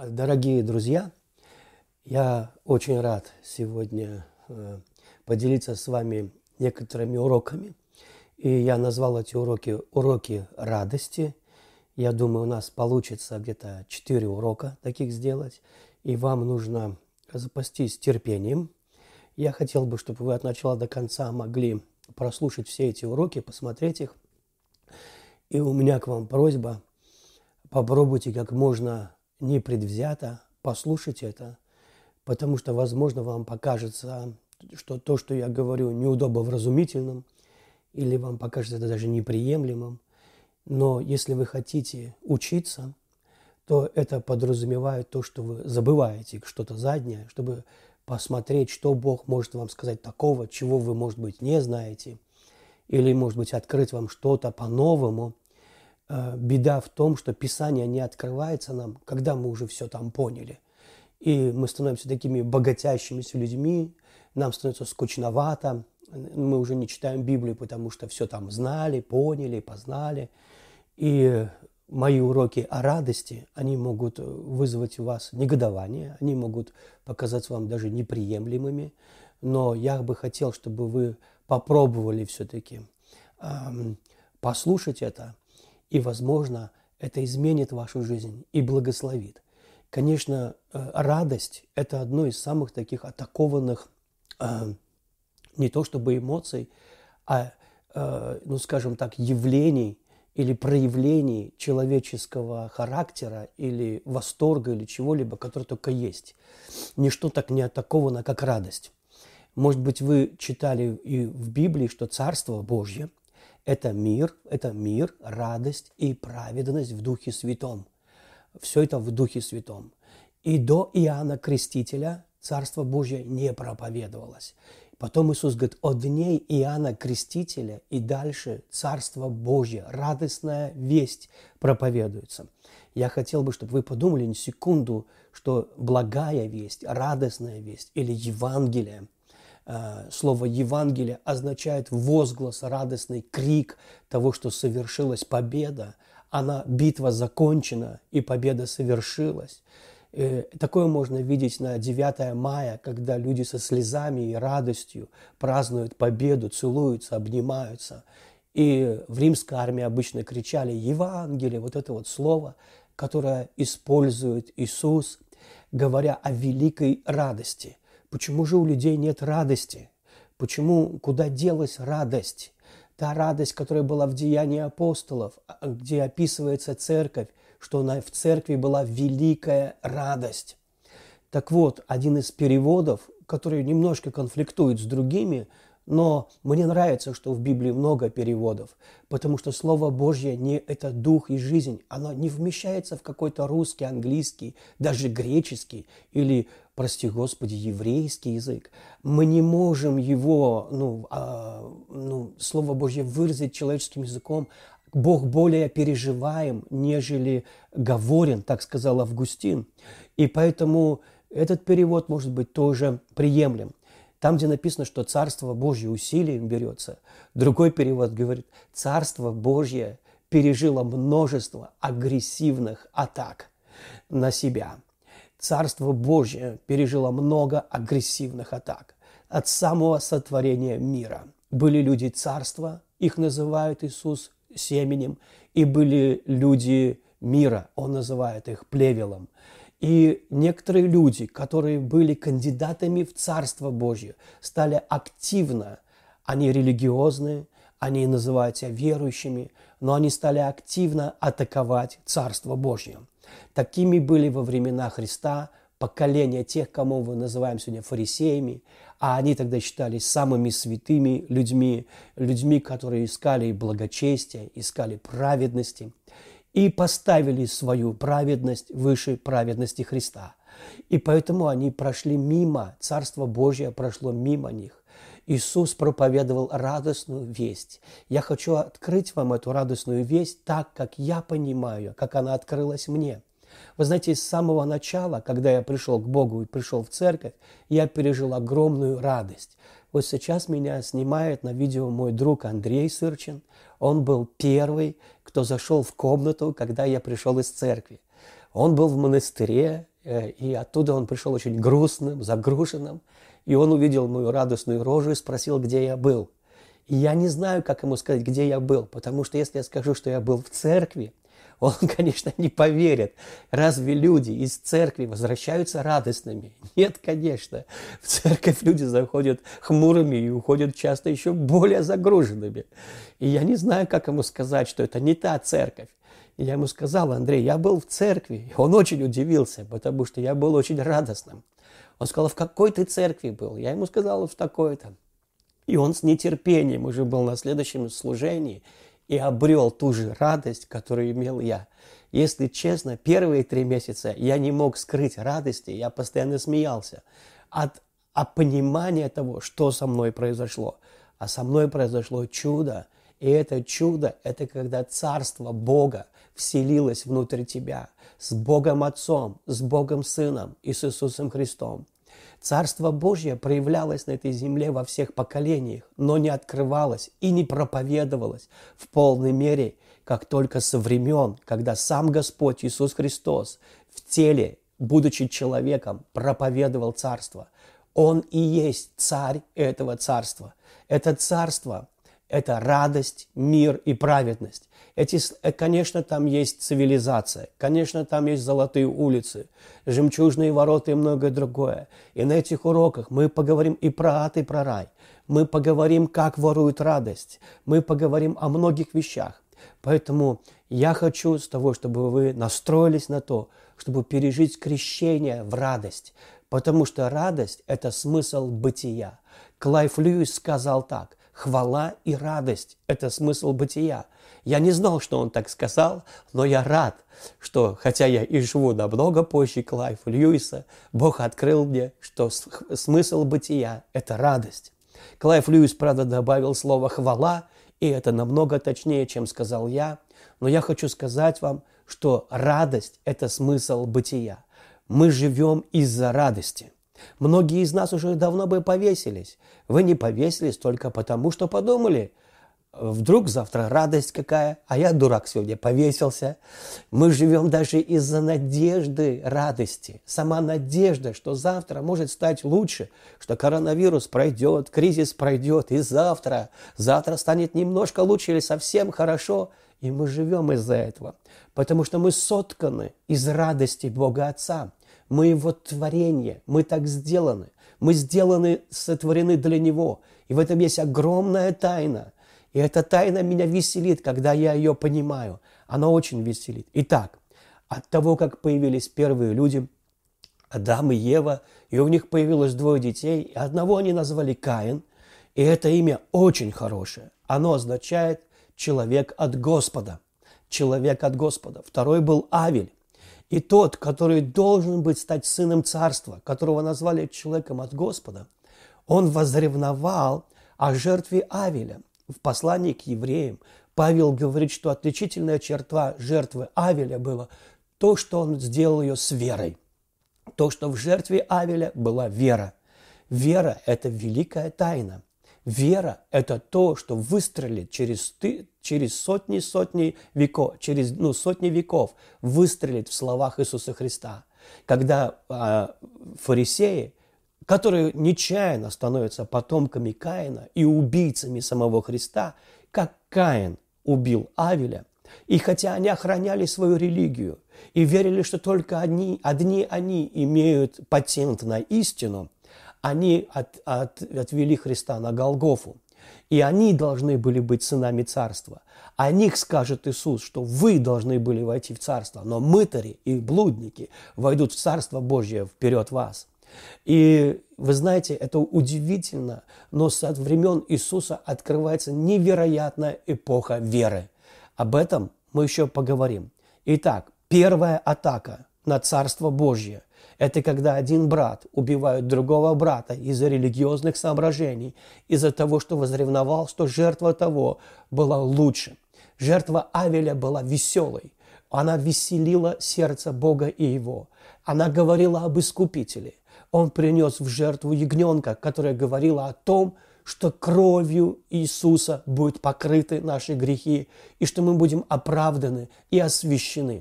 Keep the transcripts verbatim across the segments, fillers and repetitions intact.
Дорогие друзья, я очень рад сегодня э, поделиться с вами некоторыми уроками. И я назвал эти уроки «Уроки радости». Я думаю, у нас получится где-то четыре урока таких сделать. И вам нужно запастись терпением. Я хотел бы, чтобы вы от начала до конца могли прослушать все эти уроки, посмотреть их. И у меня к вам просьба: попробуйте как можно непредвзято послушать это, потому что, возможно, вам покажется, что то, что я говорю, неудобовразумительным, или вам покажется это даже неприемлемым. Но если вы хотите учиться, то это подразумевает то, что вы забываете что-то заднее, чтобы посмотреть, что Бог может вам сказать такого, чего вы, может быть, не знаете, или, может быть, открыть вам что-то по-новому. Беда в том, что Писание не открывается нам, когда мы уже все там поняли. И мы становимся такими богатящимися людьми, нам становится скучновато, мы уже не читаем Библию, потому что все там знали, поняли, познали. И мои уроки о радости, они могут вызвать у вас негодование, они могут показаться вам даже неприемлемыми, но я бы хотел, чтобы вы попробовали все-таки э, послушать это, и, возможно, это изменит вашу жизнь и благословит. Конечно, радость – это одно из самых таких атакованных, не то чтобы эмоций, а, ну, скажем так, явлений или проявлений человеческого характера или восторга или чего-либо, которое только есть. Ничто так не атаковано, как радость. Может быть, вы читали и в Библии, что Царство Божье – это мир, это мир, радость и праведность в Духе Святом. Все это в Духе Святом. И до Иоанна Крестителя Царство Божье не проповедовалось. Потом Иисус говорит: от дней Иоанна Крестителя и дальше Царство Божье, радостная весть проповедуется. Я хотел бы, чтобы вы подумали на секунду, что благая весть, радостная весть или Евангелие, слово «Евангелие» означает возглас, радостный крик того, что совершилась победа. Она, битва закончена, и победа совершилась. И такое можно видеть на девятое мая, когда люди со слезами и радостью празднуют победу, целуются, обнимаются. И в римской армии обычно кричали «Евангелие», вот это вот слово, которое использует Иисус, говоря о великой радости. Почему же у людей нет радости? Почему, куда делась радость? Та радость, которая была в Деянии апостолов, где описывается церковь, что она в церкви была великая радость. Так вот, один из переводов, который немножко конфликтует с другими, но мне нравится, что в Библии много переводов, потому что Слово Божье не это дух и жизнь, оно не вмещается в какой-то русский, английский, даже греческий или, прости Господи, еврейский язык. Мы не можем его, ну, а, ну, Слово Божье выразить человеческим языком. Бог более переживаем, нежели говорен, так сказал Августин. И поэтому этот перевод может быть тоже приемлем. Там, где написано, что Царство Божье усилием берется, другой перевод говорит: Царство Божье пережило множество агрессивных атак на себя. Царство Божье пережило много агрессивных атак от самого сотворения мира. Были люди царства, их называет Иисус семенем, и были люди мира, Он называет их плевелом. И некоторые люди, которые были кандидатами в Царство Божье, стали активно, они религиозные, они называют себя верующими, но они стали активно атаковать Царство Божье. Такими были во времена Христа поколения тех, кому мы называем сегодня фарисеями, а они тогда считались самыми святыми людьми, людьми, которые искали благочестия, искали праведности, и поставили свою праведность выше праведности Христа. И поэтому они прошли мимо, Царство Божье прошло мимо них. Иисус проповедовал радостную весть. Я хочу открыть вам эту радостную весть так, как я понимаю, как она открылась мне. Вы знаете, с самого начала, когда я пришел к Богу и пришел в церковь, я пережил огромную радость. Вот сейчас меня снимает на видео мой друг Андрей Сырчин. Он был первый, кто зашел в комнату, когда я пришел из церкви. Он был в монастыре, И оттуда он пришел очень грустным, загруженным. И он увидел мою радостную рожу и спросил, где я был. И я не знаю, как ему сказать, где я был, потому что если я скажу, что я был в церкви, он, конечно, не поверит. Разве люди из церкви возвращаются радостными? Нет, конечно. В церковь люди заходят хмурыми и уходят часто еще более загруженными. И я не знаю, как ему сказать, что это не та церковь. И я ему сказал: Андрей, я был в церкви. И он очень удивился, потому что я был очень радостным. Он сказал: в какой ты церкви был? Я ему сказал: в такой-то. И он с нетерпением уже был на следующем служении и обрел ту же радость, которую имел я. Если честно, первые три месяца я не мог скрыть радости, я постоянно смеялся от, от понимания того, что со мной произошло. А со мной произошло чудо. И это чудо, это когда Царство Бога вселилось внутрь тебя с Богом Отцом, с Богом Сыном и с Иисусом Христом. Царство Божье проявлялось на этой земле во всех поколениях, но не открывалось и не проповедовалось в полной мере, как только со времен, когда сам Господь Иисус Христос в теле, будучи человеком, проповедовал Царство. Он и есть Царь этого Царства. Это Царство – это радость, мир и праведность. Эти, конечно, там есть цивилизация, конечно, там есть золотые улицы, жемчужные ворота и многое другое. И на этих уроках мы поговорим и про ад, и про рай. Мы поговорим, как воруют радость. Мы поговорим о многих вещах. Поэтому я хочу с того, чтобы вы настроились на то, чтобы пережить крещение в радость. Потому что радость – это смысл бытия. Клайв Льюис сказал так: хвала и радость – это смысл бытия. Я не знал, что он так сказал, но я рад, что, хотя я и живу намного позже Клайва Льюиса, Бог открыл мне, что смысл бытия – это радость. Клайв Льюис, правда, добавил слово «хвала», и это намного точнее, чем сказал я, но я хочу сказать вам, что радость – это смысл бытия. Мы живем из-за радости. Многие из нас уже давно бы повесились. Вы не повесились только потому, что подумали: вдруг завтра радость какая, а я, дурак, сегодня повесился. Мы живем даже из-за надежды радости. Сама надежда, что завтра может стать лучше, что коронавирус пройдет, кризис пройдет, и завтра, завтра станет немножко лучше или совсем хорошо. И мы живем из-за этого, потому что мы сотканы из радости Бога Отца. Мы Его творение, мы так сделаны. Мы сделаны, сотворены для Него. И в этом есть огромная тайна. И эта тайна меня веселит, когда я ее понимаю. Она очень веселит. Итак, от того, как появились первые люди, Адам и Ева, и у них появилось двое детей, и одного они назвали Каин, и это имя очень хорошее. Оно означает «человек от Господа». Человек от Господа. Второй был Авель. И тот, который должен быть стать сыном царства, которого назвали человеком от Господа, он возревновал о жертве Авеля. В послании к евреям Павел говорит, что отличительная черта жертвы Авеля была то, что он сделал ее с верой. То, что в жертве Авеля была вера. Вера – это великая тайна. Вера – это то, что выстрелит через, ты, через сотни сотни веков, через ну, сотни веков выстрелит в словах Иисуса Христа. Когда э, фарисеи, которые нечаянно становятся потомками Каина и убийцами самого Христа, как Каин убил Авеля, и хотя они охраняли свою религию и верили, что только одни, одни они имеют патент на истину, они от, от, отвели Христа на Голгофу. И они должны были быть сынами царства. О них скажет Иисус, что вы должны были войти в царство, но мытари и блудники войдут в царство Божье вперед вас. И вы знаете, это удивительно, но со времен Иисуса открывается невероятная эпоха веры. Об этом мы еще поговорим. Итак, первая атака на Царство Божье – это когда один брат убивает другого брата из-за религиозных соображений, из-за того, что возревновал, что жертва того была лучше. Жертва Авеля была веселой. Она веселила сердце Бога и его. Она говорила об Искупителе. Он принес в жертву ягненка, которая говорила о том, что кровью Иисуса будут покрыты наши грехи, и что мы будем оправданы и освящены.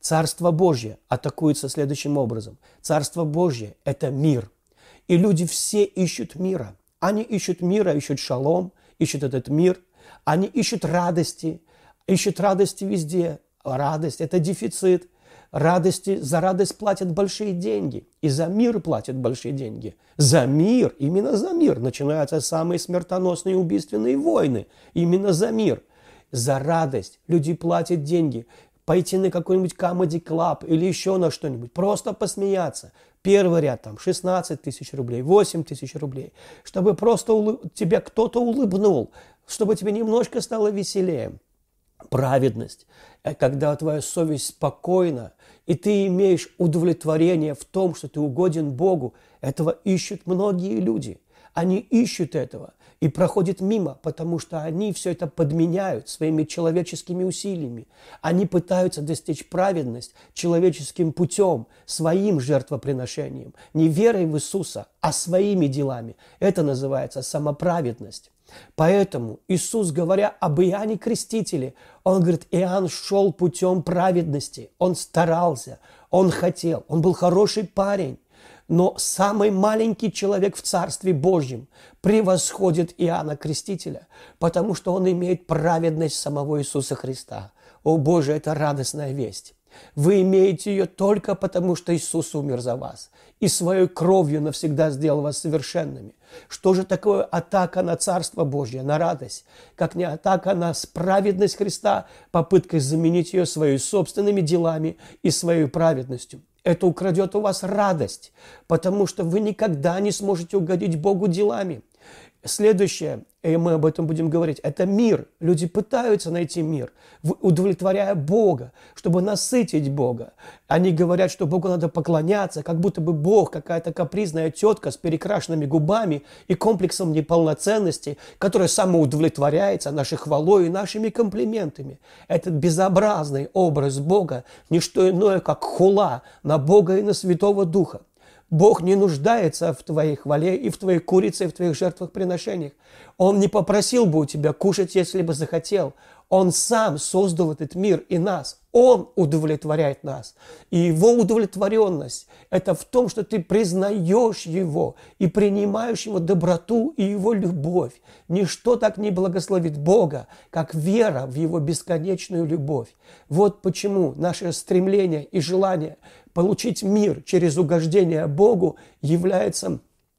Царство Божье атакуется следующим образом. Царство Божье – это мир. И люди все ищут мира. Они ищут мира, ищут шалом, ищут этот мир. Они ищут радости, ищут радости везде. Радость – это дефицит. Радости, за радость платят большие деньги. И за мир платят большие деньги. За мир, именно за мир начинаются самые смертоносные убийственные войны. Именно за мир. За радость люди платят деньги. Пойти на какой-нибудь комеди-клаб или еще на что-нибудь. Просто посмеяться. Первый ряд там шестнадцать тысяч рублей, восемь тысяч рублей. Чтобы просто улыб... тебя кто-то улыбнул. Чтобы тебе немножко стало веселее. Праведность – когда твоя совесть спокойна, и ты имеешь удовлетворение в том, что ты угоден Богу. Этого ищут многие люди. Они ищут этого и проходят мимо, потому что они все это подменяют своими человеческими усилиями. Они пытаются достичь праведность человеческим путем, своим жертвоприношением, не верой в Иисуса, а своими делами. Это называется самоправедность. Поэтому Иисус, говоря об Иоанне Крестителе, Он говорит, Иоанн шел путем праведности, он старался, он хотел, он был хороший парень. Но самый маленький человек в Царстве Божьем превосходит Иоанна Крестителя, потому что он имеет праведность самого Иисуса Христа. О Боже, это радостная весть. Вы имеете ее только потому, что Иисус умер за вас и своей кровью навсегда сделал вас совершенными. Что же такое атака на Царство Божье, на радость? Как не атака на праведность Христа, попыткой заменить ее своими собственными делами и своей праведностью. Это украдет у вас радость, потому что вы никогда не сможете угодить Богу делами. Следующее, и мы об этом будем говорить, это мир. Люди пытаются найти мир, удовлетворяя Бога, чтобы насытить Бога. Они говорят, что Богу надо поклоняться, как будто бы Бог какая-то капризная тетка с перекрашенными губами и комплексом неполноценности, которая самоудовлетворяется нашей хвалой и нашими комплиментами. Этот безобразный образ Бога – не что иное, как хула на Бога и на Святого Духа. Бог не нуждается в твоей хвале и в твоей курице, и в твоих жертвах приношениях. Он не попросил бы у тебя кушать, если бы захотел. Он сам создал этот мир и нас. Он удовлетворяет нас. И его удовлетворенность – это в том, что ты признаешь его и принимаешь его доброту и его любовь. Ничто так не благословит Бога, как вера в его бесконечную любовь. Вот почему наше стремление и желание получить мир через угождение Богу является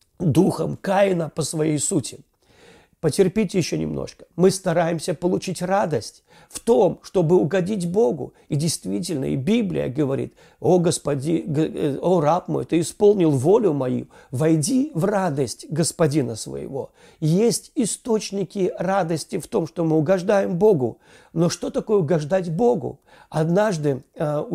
духом Каина по своей сути. Потерпите еще немножко. Мы стараемся получить радость в том, чтобы угодить Богу. И действительно, и Библия говорит, о Господи, о раб мой, ты исполнил волю мою, войди в радость Господина своего. Есть источники радости в том, что мы угождаем Богу. Но что такое угождать Богу? Однажды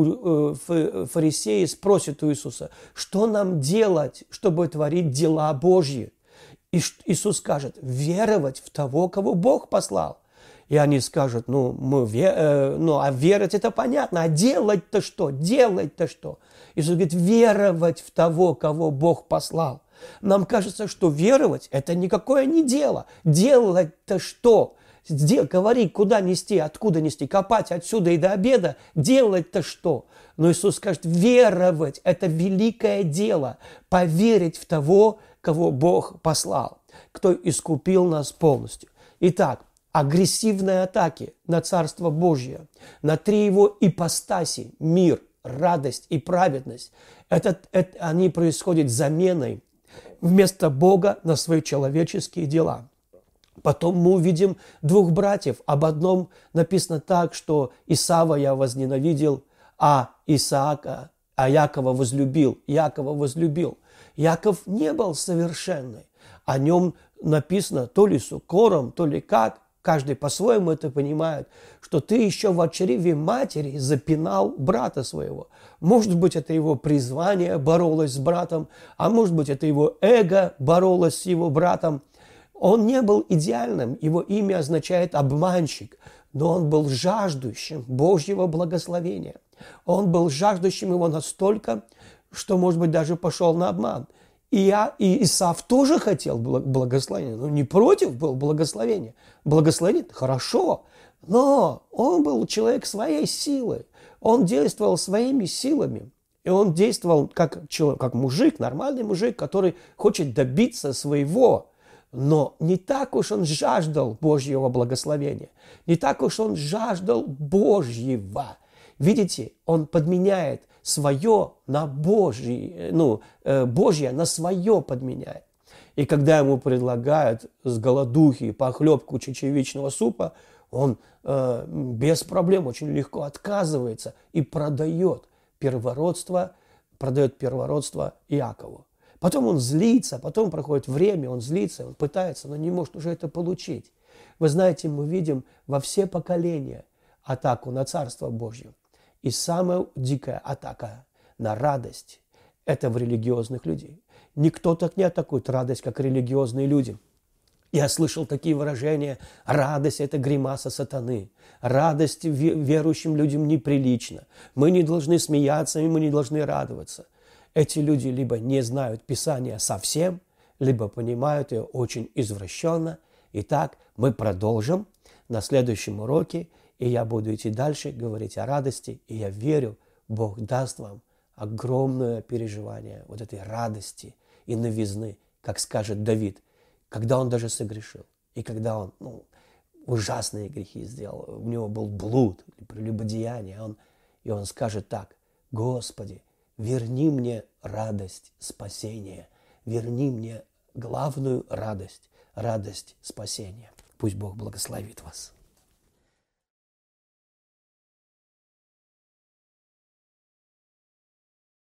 фарисеи спросят у Иисуса, что нам делать, чтобы творить дела Божьи? И Иисус скажет, веровать в того, кого Бог послал. И они скажут, ну, мы ве... э, ну а верить это понятно, а делать-то что? Делать-то что? Иисус говорит, веровать в того, кого Бог послал. Нам кажется, что веровать это никакое не дело. Делать-то что? Дел... Говори, куда нести, откуда нести, копать отсюда и до обеда. Делать-то что? Но Иисус скажет, веровать это великое дело. Поверить в того, кого Бог послал, кто искупил нас полностью. Итак, агрессивные атаки на Царство Божье, на три его ипостаси, мир, радость и праведность, это, это, они происходят заменой вместо Бога на свои человеческие дела. Потом мы увидим двух братьев. Об одном написано так, что Исава я возненавидел, а Исаака, а Якова возлюбил. Якова возлюбил. Яков не был совершенный. О нем написано то ли с укором, то ли как. Каждый по-своему это понимает, что ты еще в чреве матери запинал брата своего. Может быть, это его призвание боролось с братом, а может быть, это его эго боролось с его братом. Он не был идеальным, его имя означает «обманщик», но он был жаждущим Божьего благословения. Он был жаждущим его настолько, что, может быть, даже пошел на обман. И, я, и Исав тоже хотел благословения, но не против был благословения. Благословение – хорошо, Но он был человек своей силы. Он действовал своими силами. И он действовал как, человек, как мужик, нормальный мужик, который хочет добиться своего. Но не так уж он жаждал Божьего благословения. Не так уж он жаждал Божьего. Видите, он подменяет свое на Божье, ну, Божье на свое подменяет. И когда ему предлагают с голодухи похлебку чечевичного супа, он э, без проблем очень легко отказывается и продает первородство, продает первородство Иакову. Потом он злится, потом проходит время, он злится, он пытается, но не может уже это получить. Вы знаете, мы видим во все поколения атаку на Царство Божье. И самая дикая атака на радость – это в религиозных людей. Никто так не атакует радость, как религиозные люди. Я слышал такие выражения: радость – это гримаса сатаны, радость верующим людям неприлично, мы не должны смеяться, и мы не должны радоваться. Эти люди либо не знают Писания совсем, либо понимают ее очень извращенно. Итак, мы продолжим на следующем уроке, и я буду идти дальше, говорить о радости, и я верю, Бог даст вам огромное переживание вот этой радости и новизны, как скажет Давид, когда он даже согрешил, и когда он ну, ужасные грехи сделал, у него был блуд, прелюбодеяние, он, и он скажет так: «Господи, верни мне радость спасения, верни мне главную радость, радость спасения». Пусть Бог благословит вас.